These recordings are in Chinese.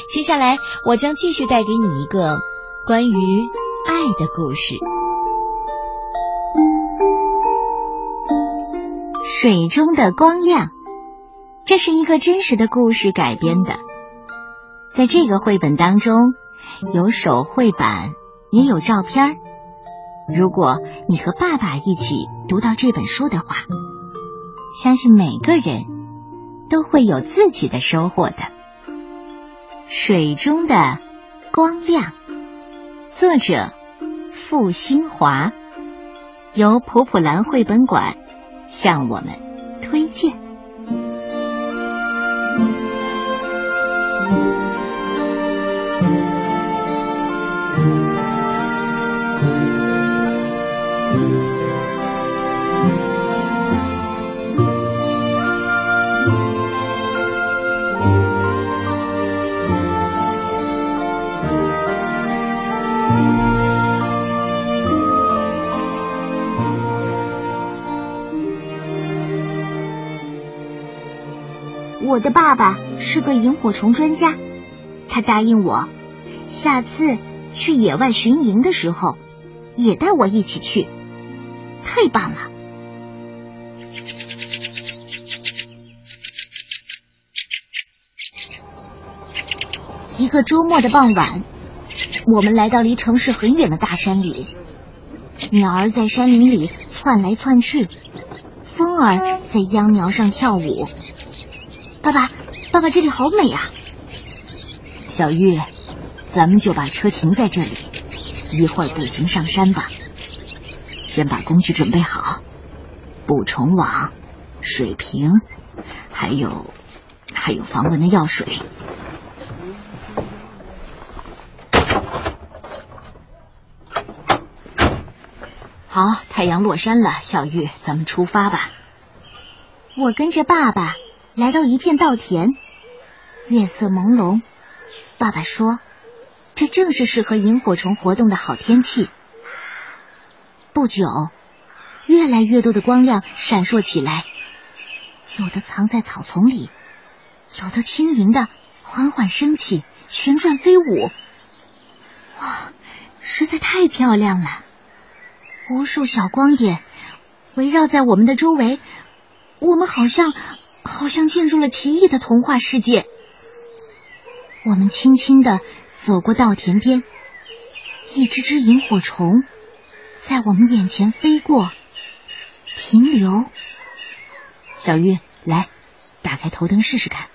接下来我将继续带给你一个关于爱的故事。 水中的光亮，这是一个真实的故事改编的。在这个绘本当中，有手绘板，也有照片。如果你和爸爸一起读到这本书的话，相信每个人都会有自己的收获的。水中的光亮，作者傅新华，由普普兰绘本馆向我们推荐。我的爸爸是个萤火虫专家，他答应我，下次去野外巡营的时候，也带我一起去。太棒了！一个周末的傍晚，我们来到离城市很远的大山里，鸟儿在山林里窜来窜去，风儿在秧苗上跳舞。爸爸，这里好美啊！小玉，咱们就把车停在这里，一会儿步行上山吧。先把工具准备好，捕虫网、水瓶，还有防蚊的药水。好，太阳落山了，小玉，咱们出发吧。我跟着爸爸来到一片稻田，月色朦胧。爸爸说，这正是适合萤火虫活动的好天气。不久，越来越多的光亮闪烁起来，有的藏在草丛里，有的轻盈的缓缓升起，旋转飞舞。哇，实在太漂亮了！无数小光点围绕在我们的周围，我们好像进入了奇异的童话世界。我们轻轻地走过稻田边，一只只萤火虫在我们眼前飞过，停留。小玉，来，打开头灯试试看。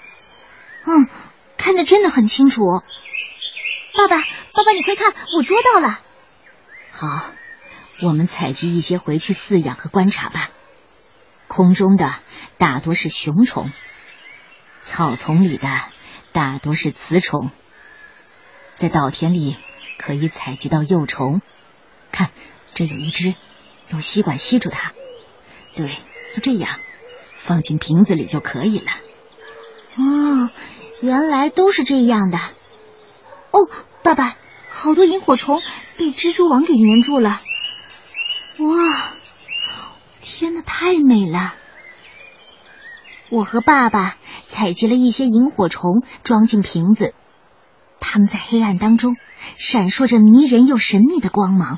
看得真的很清楚。爸爸，你快看，我捉到了。好，我们采集一些回去饲养和观察吧。空中的大多是雄虫，草丛里的大多是雌虫，在稻田里可以采集到幼虫。看，这有一只，用吸管吸住它。对，就这样，放进瓶子里就可以了。原来都是这样的。爸爸，好多萤火虫被蜘蛛网给粘住了。哇，天哪，太美了！我和爸爸采集了一些萤火虫，装进瓶子，它们在黑暗当中闪烁着迷人又神秘的光芒。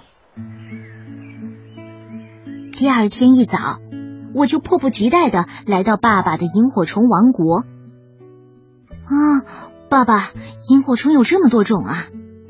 第二天一早，我就迫不及待地来到爸爸的萤火虫王国。爸爸，萤火虫有这么多种啊！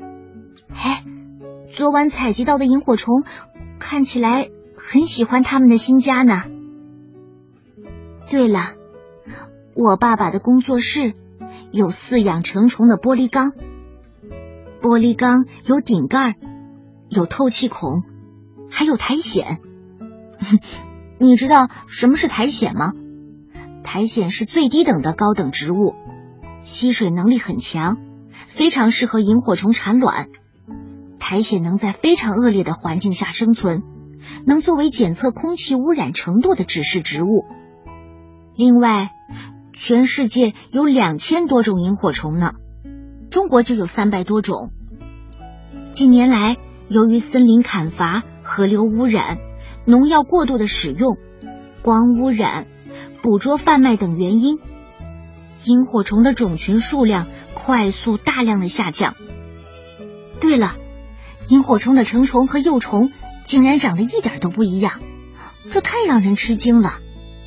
昨晚采集到的萤火虫看起来很喜欢他们的新家呢。对了，我爸爸的工作室有饲养成虫的玻璃缸，玻璃缸有顶盖，有透气孔，还有苔藓。你知道什么是苔藓吗？苔藓是最低等的高等植物，吸水能力很强，非常适合萤火虫产卵。苔藓能在非常恶劣的环境下生存，能作为检测空气污染程度的指示植物。另外，全世界有2000多种萤火虫呢，中国就有300多种。近年来，由于森林砍伐、河流污染、农药过度的使用、光污染、捕捉贩卖等原因，萤火虫的种群数量快速大量的下降。对了，萤火虫的成虫和幼虫竟然长得一点都不一样，这太让人吃惊了。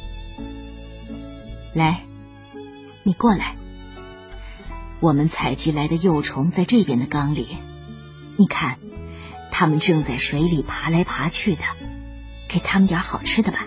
来，你过来。我们采集来的幼虫在这边的缸里，你看，它们正在水里爬来爬去的，给它们点好吃的吧。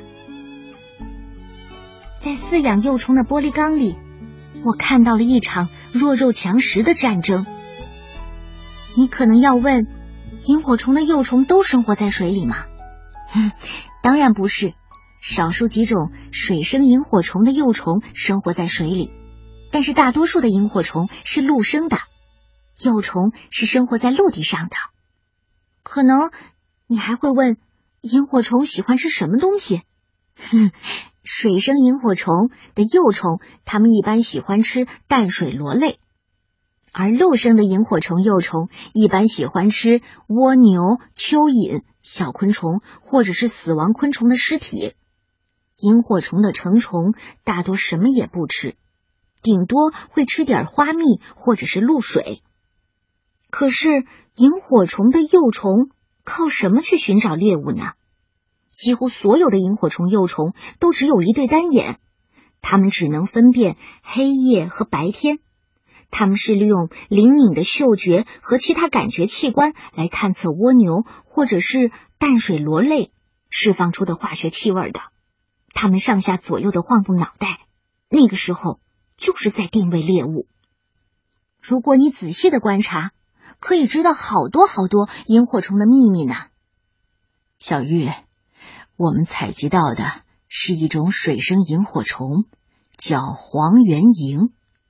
在饲养幼虫的玻璃缸里，我看到了一场弱肉强食的战争。你可能要问，萤火虫的幼虫都生活在水里吗？当然不是，少数几种水生萤火虫的幼虫生活在水里，但是大多数的萤火虫是陆生的，幼虫是生活在陆地上的。可能你还会问，萤火虫喜欢吃什么东西？水生萤火虫的幼虫，它们一般喜欢吃淡水螺类，而陆生的萤火虫幼虫一般喜欢吃蜗牛、蚯蚓、小昆虫或者是死亡昆虫的尸体。萤火虫的成虫大多什么也不吃，顶多会吃点花蜜或者是露水。可是萤火虫的幼虫靠什么去寻找猎物呢？几乎所有的萤火虫幼虫都只有一对单眼，它们只能分辨黑夜和白天。它们是利用灵敏的嗅觉和其他感觉器官来探测蜗牛或者是淡水螺类释放出的化学气味的。它们上下左右的晃动脑袋，那个时候就是在定位猎物。如果你仔细的观察，可以知道好多好多萤火虫的秘密呢。 小玉，我们采集到的是一种水生萤火虫，叫黄缘萤。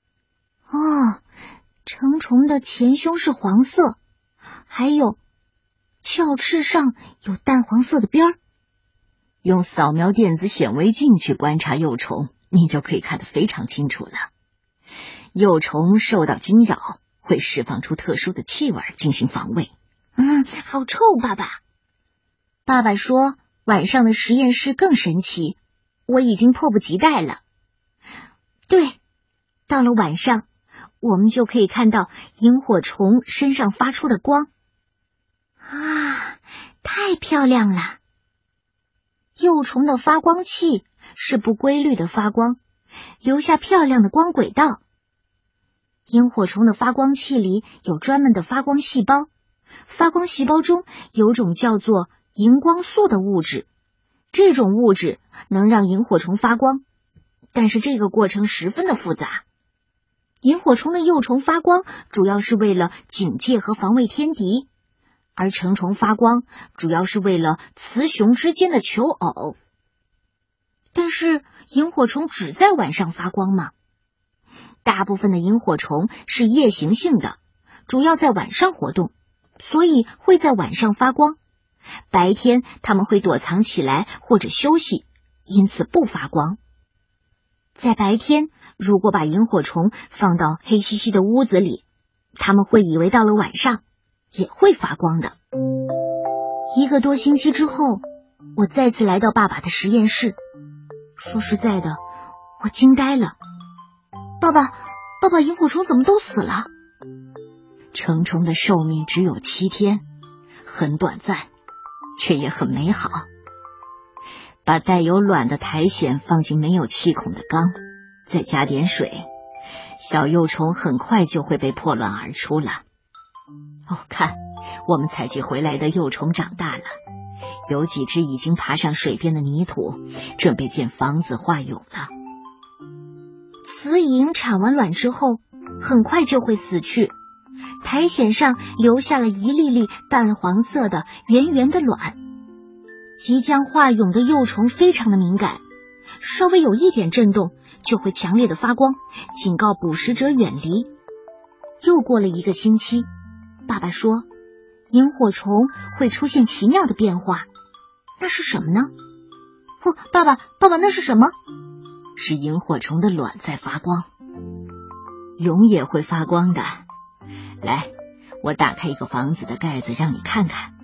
成虫的前胸是黄色，还有鞘翅上有淡黄色的边儿。 用扫描电子显微镜去观察幼虫，你就可以看得非常清楚了。幼虫受到惊扰，会释放出特殊的气味进行防卫。 好臭，爸爸。爸爸说晚上的实验室更神奇，我已经迫不及待了。对，到了晚上，我们就可以看到萤火虫身上发出的光。太漂亮了。幼虫的发光器是不规律的发光，留下漂亮的光轨道。萤火虫的发光器里有专门的发光细胞，发光细胞中有种叫做荧光素的物质，这种物质能让萤火虫发光，但是这个过程十分的复杂。萤火虫的幼虫发光主要是为了警戒和防卫天敌，而成虫发光主要是为了雌雄之间的求偶。但是萤火虫只在晚上发光吗？大部分的萤火虫是夜行性的，主要在晚上活动，所以会在晚上发光。白天它们会躲藏起来或者休息，因此不发光。在白天，如果把萤火虫放到黑漆漆的屋子里，它们会以为到了晚上也会发光的。1个多星期之后，我再次来到爸爸的实验室。说实在的，我惊呆了。爸爸，萤火虫怎么都死了？ 成虫的寿命只有7天，很短暂，却也很美好。把带有卵的苔藓放进没有气孔的缸，再加点水，小幼虫很快就会被破卵而出了。看，我们采集回来的幼虫长大了，有几只已经爬上水边的泥土，准备建房子化蛹了。 雌蝇产完卵之后，很快就会死去，苔藓上留下了一粒粒淡黄色的圆圆的卵。即将化蛹的幼虫非常的敏感，稍微有一点震动就会强烈的发光，警告捕食者远离。又过了1个星期，爸爸说萤火虫会出现奇妙的变化。那是什么呢？爸爸，那是什么？ 是萤火虫的卵在发光。蛹也会发光的。来，我打开一个房子的盖子让你看看。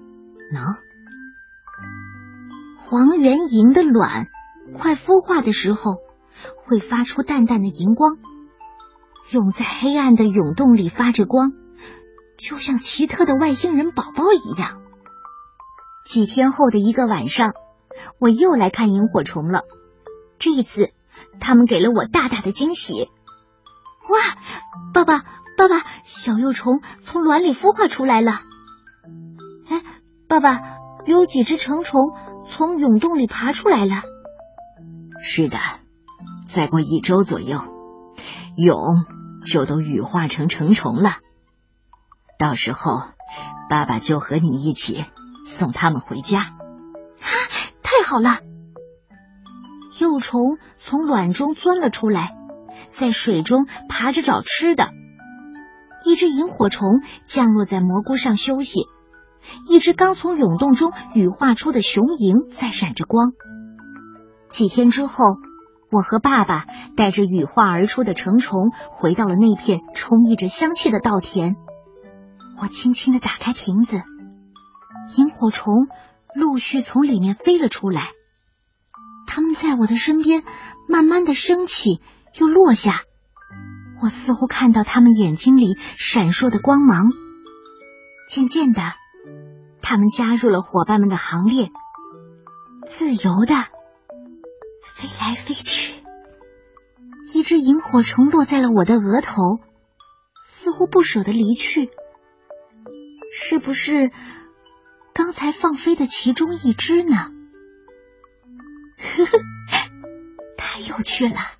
黄缘萤的卵快孵化的时候会发出淡淡的荧光， 涌在黑暗的甬洞里发着光，就像奇特的外星人宝宝一样。几天后的一个晚上，我又来看萤火虫了。这一次，他们给了我大大的惊喜。哇，爸爸，小幼虫从卵里孵化出来了。哎，爸爸，有几只成虫从甬洞里爬出来了。 是的，再过1周左右，蛹就都羽化成成虫了。到时候，爸爸就和你一起送他们回家。 太好了！幼虫从卵中钻了出来，在水中爬着找吃的。一只萤火虫降落在蘑菇上休息，一只刚从甬洞中羽化出的雄萤在闪着光。几天之后，我和爸爸带着羽化而出的成虫回到了那片充溢着香气的稻田。我轻轻地打开瓶子，萤火虫陆续从里面飞了出来。它们在我的身边慢慢地升起又落下，我似乎看到它们眼睛里闪烁的光芒。渐渐的，它们加入了伙伴们的行列，自由的飞来飞去。一只萤火虫落在了我的额头，似乎不舍得离去。是不是刚才放飞的其中一只呢？太有趣了。